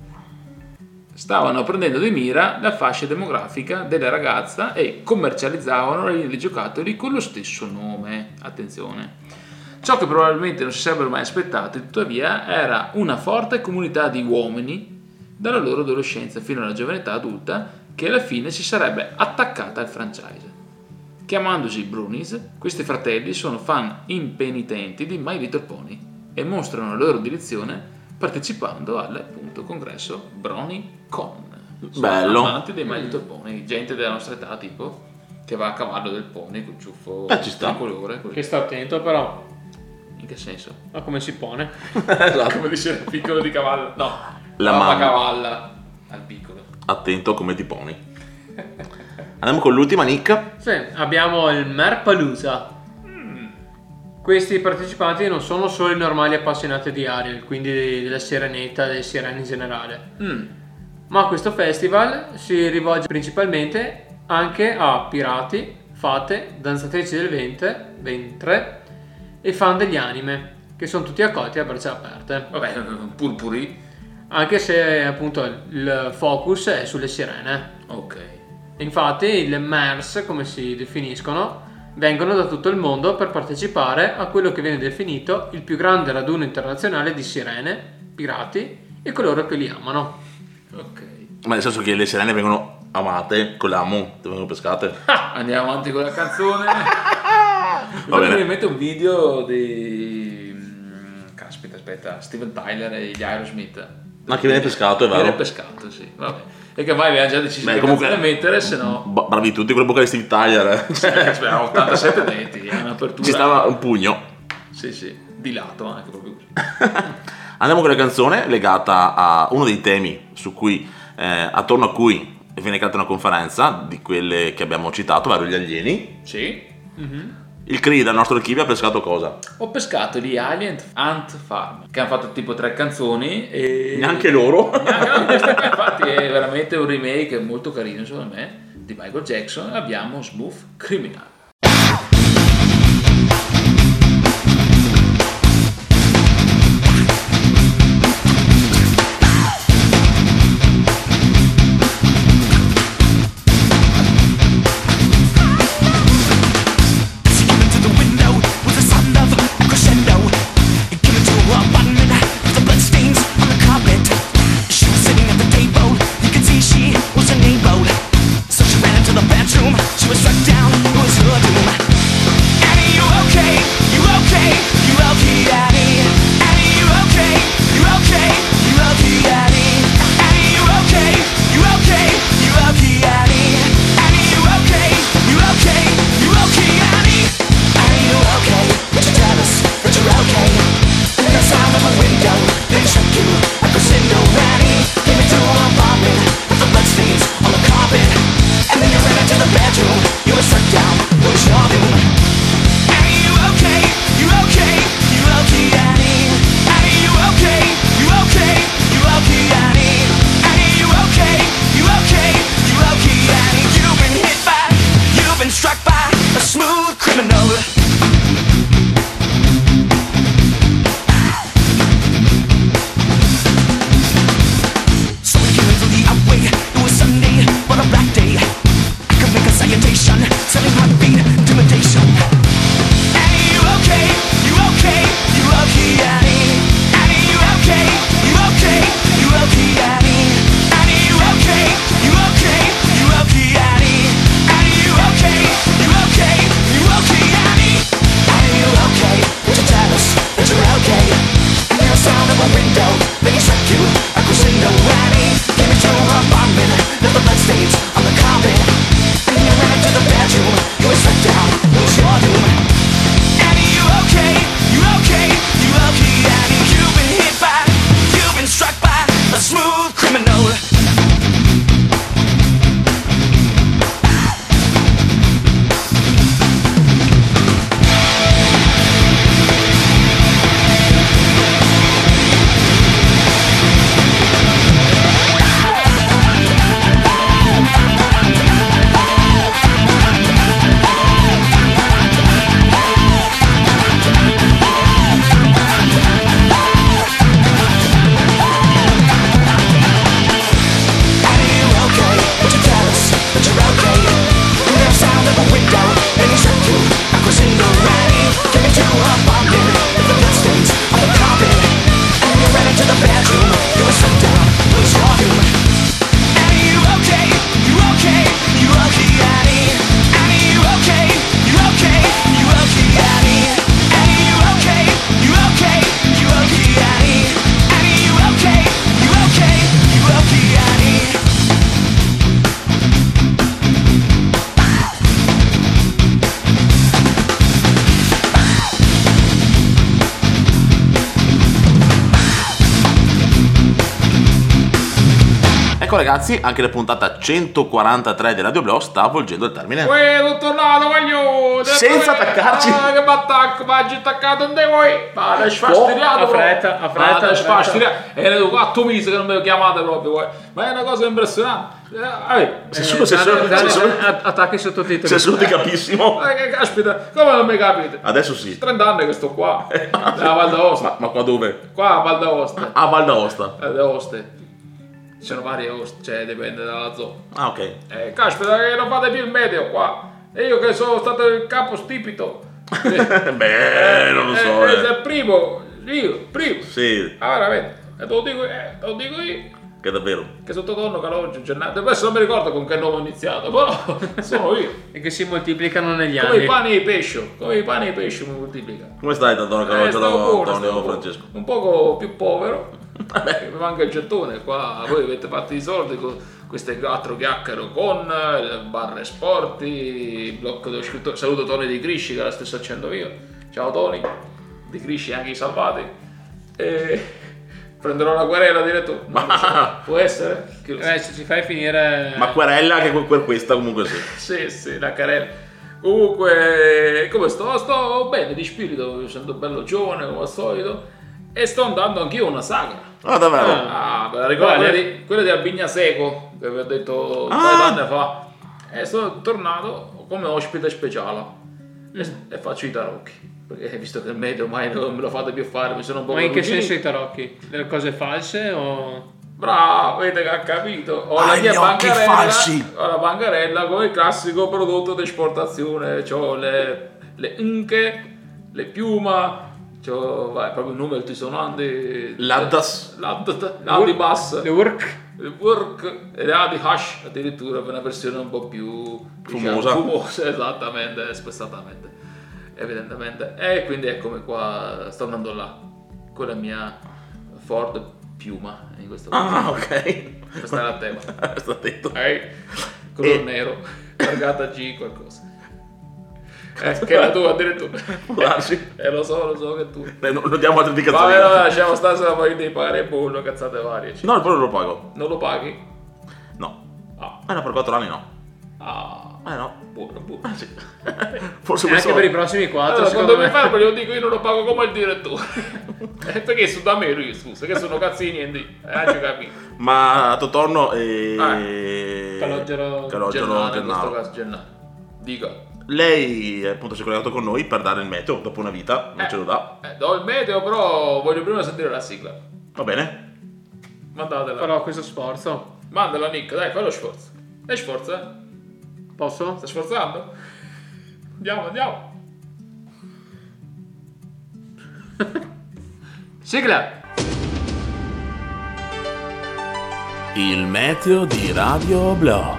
stavano prendendo di mira la fascia demografica della ragazza e commercializzavano i giocattoli con lo stesso nome. Attenzione. Ciò che probabilmente non si sarebbero mai aspettati, tuttavia, era una forte comunità di uomini dalla loro adolescenza fino alla giovane età adulta che alla fine si sarebbe attaccata al franchise. Chiamandosi Bronies, questi fratelli sono fan impenitenti di My Little Pony e mostrano la loro direzione partecipando al appunto congresso BronyCon. Sono Bello. amanti dei My Little Pony, gente della nostra età tipo che va a cavallo del pony con ciuffo Eh, ci sta. tricolore. così. Che sta attento però In che senso? a come si pone. Come dice il piccolo di cavallo. No, La la mamma mamma. cavalla al piccolo. Attento come ti poni. Andiamo con l'ultima Nick. Sì, abbiamo il Merpalooza. Questi partecipanti non sono solo i normali appassionati di Ariel, quindi della sirenetta e delle sirene in generale, Mm. ma questo festival si rivolge principalmente anche a pirati, fate, danzatrici del vente, ventre e fan degli anime, che sono tutti accolti a braccia aperte. Vabbè, purpuri. Anche se appunto il focus è sulle sirene. Ok. Infatti i M E R S, come si definiscono, vengono da tutto il mondo per partecipare a quello che viene definito il più grande raduno internazionale di sirene, pirati e coloro che li amano. Ok. Ma nel senso che le sirene vengono amate con l'amo, vengono pescate. Ah, andiamo avanti con la canzone. Va Poi bene. mi mette un video di mm, caspita, aspetta, Steven Tyler e gli Aerosmith. Anche viene pescato, è vero. Viene pescato, sì, vabbè. E che mai aveva già deciso Beh, di comunque- da mettere, se no... B- bravi tutti con le bocca di Steve Tyler. Sì, ha ottantasette denti, è un'apertura. Ci stava un pugno. Sì, sì, di lato anche proprio così. Andiamo con la canzone legata a uno dei temi su cui, eh, attorno a cui viene creata una conferenza di quelle che abbiamo citato, ovvero gli alieni. Sì. Mhm. Il C R I dal nostro archivio ha pescato cosa? Ho pescato gli Alien Ant Farm, che hanno fatto tipo tre canzoni e... Neanche loro. Neanche- infatti è veramente un remake molto carino secondo me di Michael Jackson. Abbiamo Smooth Criminal. She was struck down, it was her doom. Annie, you okay? You okay? You okay, Annie? Annie, you okay? You okay? You okay, Annie? Annie, you okay? You okay? You okay, Annie? Annie, you okay? You okay? You okay, Annie? Annie, you okay? But you're jealous, but you're okay. And the sound of a window, they struck you like a crescendo. Annie, came into a apartment with the bloodstains on the carpet. And then you ran into the bedroom. You were struck down. What was your doom? Annie, you okay? You okay? You okay, Annie? Annie, you okay? You okay? You okay, Annie? Annie, you okay? You okay? You okay, Annie? You've been hit by, you've been struck by a smooth criminal. So we came into the outway. It was Sunday, but a black day. I could make a salutation, selling heartbeat, intimidation. Annie, you okay? You okay? You okay, Annie? Annie, you okay? You okay? You okay, Annie? Annie, you okay? You okay? You okay, Annie? Annie, you okay? You okay? You okay, Annie? Annie, you okay? But you're jealous, but you're okay. And there's the sound of a window, then he struck you a crescendo. Annie came into her apartment, left the bloodstains on the carpet. And then you ran into the bedroom, you were struck down, it was your doom. Annie, you okay? You okay? You okay, Annie? You've been hit by, you've been struck by a smooth criminal. Annie, you okay? But you're jealous, but you're okay. And there's the sound of a window, then he struck you a crescendo. Annie came into her apartment, with the bloodstains on the carpet. And then you ran into the bedroom, you were struck down, it was your doom. Annie, you okay? You okay? You okay, Annie? Annie, you okay? You okay? You okay, Annie? Annie, you okay? You okay? You okay, Annie? Annie, you okay? You okay? You okay, Annie? Ecco ragazzi, anche la puntata centoquarantatré di Radio Blo sta avvolgendo il termine. Uè, sono tornato, voglio! Senza attaccarci. Ah, che mi attacco, mi ha attaccato, non te vuoi? Ma l'hai sfastidiato, a fretta, a fretta, Ma l'hai a fretta. sfastidiato. Erano quattro mesi che non mi chiamate proprio, voi. Ma è una cosa impressionante. Eh, vabbè. Se solo, se solo, Dani, se solo, Dani, attacca i sottotitoli. se solo ti capissimo. Eh, che caspita, come non mi capite? Adesso sì. trenta anni che sto qua, a Val d'Aosta. Ma, ma qua dove? Qua a Val d'Aosta. A Val d'Aosta. A D'Aoste. Ci sono varie oste, cioè dipende dalla zona. Ah, ok. Eh, caspita, che non fate più il meteo qua. E io che sono stato il capo stipito. Beh, non lo so. Eh, Eh. è il primo, io, primo. Sì, Ah, veramente. E te lo dico, eh, te lo dico io. che davvero. Che sottotono calogio, gennaio. Adesso non mi ricordo con che nome ho iniziato, però sono io. E che si moltiplicano negli Come anni. i pani e i pesci, come i pani e i pesci mi moltiplicano. Come stai, Antonio Eh, Calogio, stavo buono, Antonio stavo buono. Francesco? Un poco più povero, Vabbè, mi manca il gettone qua, voi avete fatto i soldi con queste quattro chiacchiere con le barre sporti, il blocco dello scrittore. Saluto Tony Di Crisci che la sto facendo io. Ciao Tony, Di Crisci anche i salvati. E prenderò la querela diretto. Ma può essere? Eh, se ci fai finire. Ma querella che per questa comunque sì. Sì, sì, la querela. Comunque, come sto? Sto bene di spirito, essendo bello giovane come al solito. E sto andando anch'io a una sagra. Ah, davvero? Ah, me la ricordo, quella di, quella di Albignaseco, che vi ho detto un paio Ah. d'anni fa. E sono tornato come ospite speciale. E, e faccio i tarocchi. Perché visto che il medio ormai non me lo fate più fare, mi sono un po' Ma in che ruggito. senso i tarocchi? Delle cose false o. Bravo, vedete che ha capito. Ho Ah, la mia gli occhi bancarella, falsi. ho la bancarella con il classico prodotto di esportazione. C'ho le, le unche, le piuma, c'ho vai, proprio i numeri altisonanti. L'Addas. L'Addas, l'Adibas, le work, le work e le Adihash addirittura per una versione un po' più diciamo, Fumosa. fumosa, esattamente, spessatamente, evidentemente. E quindi eccomi qua, sto andando là con la mia Ford Piuma in questo Ah, momento. ok. Questa era a tema. Sta detto. Ehi, color E- nero, targata G qualcosa. Eh, che era tu addirittura. Eh, lo so, lo so che tu. Eh, non, non diamo altre Vabbè, indicazioni. no, lasciamo stare se la poi devi pagare il bollo, cazzate varie. No, il bollo lo pago. Non lo paghi? No. Ah. Eh no, per quattro anni no. Ah. Eh no. Buono, buono. Ah, sì. Forse E anche questo- per i prossimi quattro, Allora, secondo quando mi me. fanno, glielo dico io non lo pago come il direttore. Eh, perché sono da me lui, scusa, che sono cazzini niente. Eh, non ci capito. Ma Totorno e... Calogero, Calogero Gennaro, in Gennaro. questo caso Gennaro. Dica. Lei appunto si è collegato con noi per dare il meteo dopo una vita, non Eh. ce lo dà. Eh, do il meteo, però voglio prima sentire la sigla. Va bene? Mandatela. Farò questo sforzo. Mandala Nick, dai, fai lo sforzo. Dai sforzo, eh. Posso? Stai sforzando? Andiamo, andiamo. Sigla! Il meteo di Radio Blo.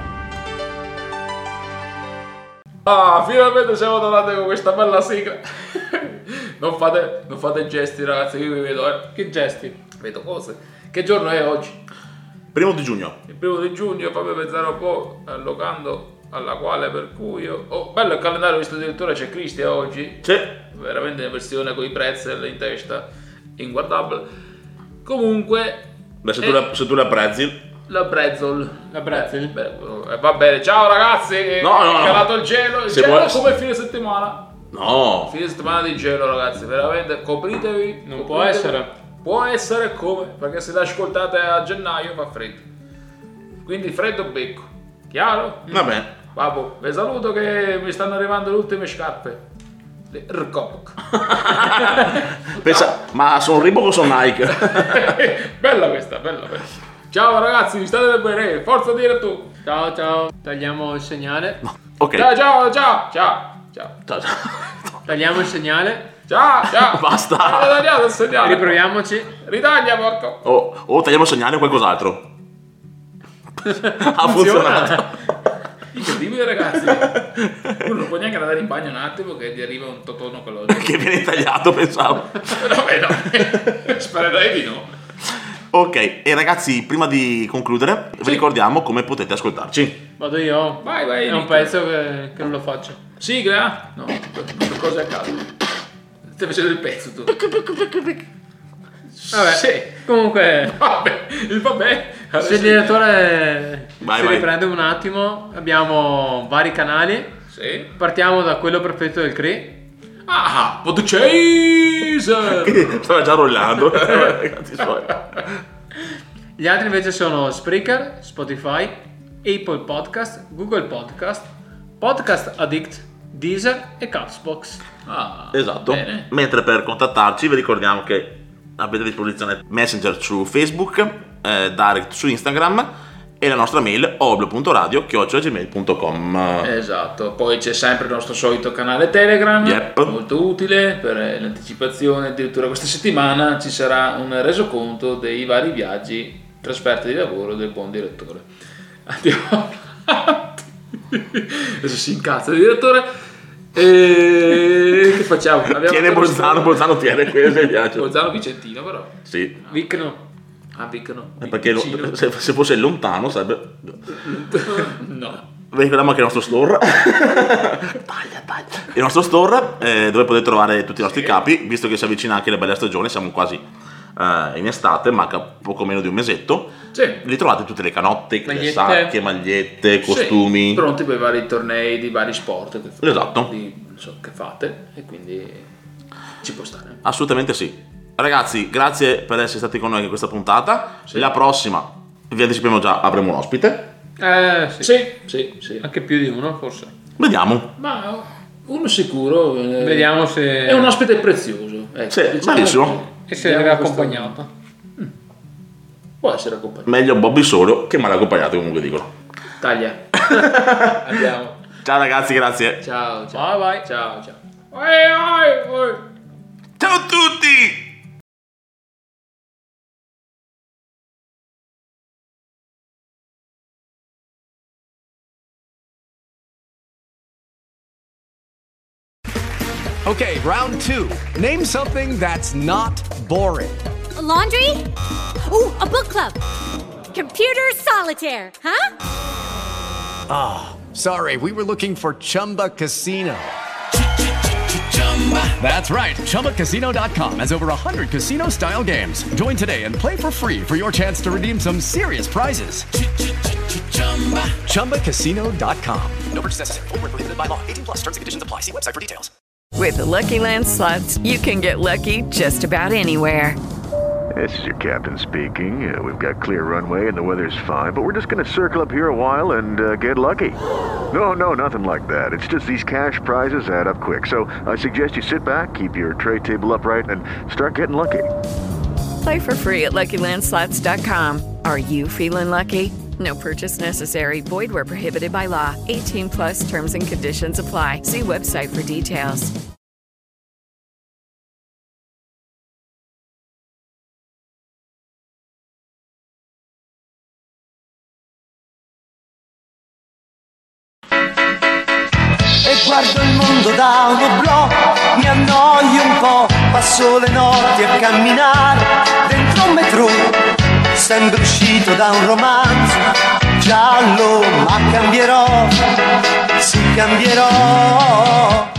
Ah, finalmente siamo tornati con questa bella sigla. Non fate, non fate gesti, ragazzi, io vi vedo, eh. Che gesti? Vedo cose. Che giorno è oggi? Primo di giugno. Il primo di giugno, fammi pensare un po', allocando alla quale per cui io... Oh, bello il calendario, visto addirittura c'è Cristian oggi. C'è. Veramente una versione con i pretzel in testa, inguardabile. Comunque... Beh, se, eh, tu la, se tu la apprezzi. La Brezol. La Brezol. Eh, beh, eh, va bene, ciao ragazzi. No, no, è no. calato il gelo. Il Se gelo vuoi- come fine settimana. No. Fine settimana di gelo, ragazzi. Veramente copritevi. Non copritevi. può essere. Può essere come? Perché se l'ascoltate a gennaio fa freddo. Quindi freddo becco. Chiaro? Va bene. Vabbè, vi saluto che mi stanno arrivando le ultime scarpe. Le Reebok. Pensa, ma sono Reebok o sono Nike? Bella questa, bella, bella. Ciao ragazzi, state bene. Forza dire tu. Ciao ciao. Tagliamo il segnale. Ok. Ciao, ciao, ciao, ciao. Ciao. Ciao, ciao. Tagliamo il segnale. Ciao, ciao. Basta. Ritagliamo il segnale. Riproviamoci. Ritaglia, porco. O, o tagliamo il segnale o qualcos'altro. Ha funzionato. Incredibile, ragazzi. Uno non può neanche andare in bagno un attimo che gli arriva un totono con l'olio. Che viene tagliato, pensavo. Vabbè, no. Spererei di no. Ok, e ragazzi, prima di concludere, vi ricordiamo come potete ascoltarci. Vado io. Vai, vai. È un Nick. pezzo che, che non lo faccio. Sigla? No, per cosa accade? Stai facendo il pezzo tu. Vabbè. Sì. Comunque, Vabbè, il vabbè. se il direttore Vai, si vai. riprende un attimo, abbiamo vari canali. Sì. Partiamo da quello preferito del Cree. Ah, Podchaser! Stava già rollando. Ragazzi suoi. Gli altri invece sono Spreaker, Spotify, Apple Podcast, Google Podcast, Podcast Addict, Deezer e Castbox. Ah, Esatto. bene. Mentre per contattarci vi ricordiamo che avete a disposizione Messenger su Facebook, eh, Direct su Instagram e la nostra mail oblo punto radio chiocciola gmail punto com. Esatto, poi c'è sempre il nostro solito canale Telegram, Yep. molto utile per l'anticipazione. Addirittura questa settimana ci sarà un resoconto dei vari viaggi, trasferte di lavoro del buon direttore. Andiamo avanti. Adesso si incazza il direttore. E che facciamo? Abbiamo Tiene fatto Bolzano, questo- Bolzano tiene quello del viaggio. Bolzano Vicentino però. Sì. Vicno. Ah, Vic no. Eh, perché lo- se, se fosse lontano sarebbe... No. Ricordiamo che il nostro store taglia, taglia. Il nostro store eh, dove potete trovare tutti i nostri capi, visto che si avvicina anche la bella stagione, siamo quasi eh, in estate, manca poco meno di un mesetto. Sì. Lì trovate tutte le canotte, le Magliette. sacche, magliette, costumi. Sì, pronti per i vari tornei di vari sport che, Esatto. di, non so, che fate, e quindi ci può stare. Assolutamente sì. Ragazzi, grazie per essere stati con noi in questa puntata. La prossima, vi anticipiamo già, avremo un ospite. Eh, sì. Sì, sì, sì. Anche più di uno, forse. Vediamo. Ma uno sicuro. eh, Vediamo se... È un ospite prezioso. Ecco, Sì, diciamo bravissimo. così. E se Diamo era questo- accompagnato. Può essere accompagnato. Meglio Bobby solo che male accompagnato, comunque dicono. Taglia. Andiamo. Ciao ragazzi, grazie. Ciao, ciao. Bye bye. Ciao, ciao. Ciao a tutti. Okay, round two. Name something that's not boring. A laundry? Ooh, a book club. Computer solitaire, huh? Ah, sorry, we were looking for Chumba Casino. That's right, Chumba Casino dot com has over one hundred casino-style games. Join today and play for free for your chance to redeem some serious prizes. Chumba Casino dot com. No purchase necessary. Void where prohibited by law. eighteen plus terms and conditions apply. See website for details. With the Lucky Land Slots, you can get lucky just about anywhere. This is your captain speaking. Uh, we've got clear runway and the weather's fine, but we're just going to circle up here a while and uh, get lucky. No, no, nothing like that. It's just these cash prizes add up quick. So I suggest you sit back, keep your tray table upright, and start getting lucky. Play for free at Lucky Land Slots dot com. Are you feeling lucky? No purchase necessary. Void where prohibited by law. eighteen plus terms and conditions apply. See website for details. E guardo il mondo da un oblò, mi annoio un po', passo le notti a camminare dentro un metro, sembra uscito da un romanzo giallo, ma cambierò, sì cambierò.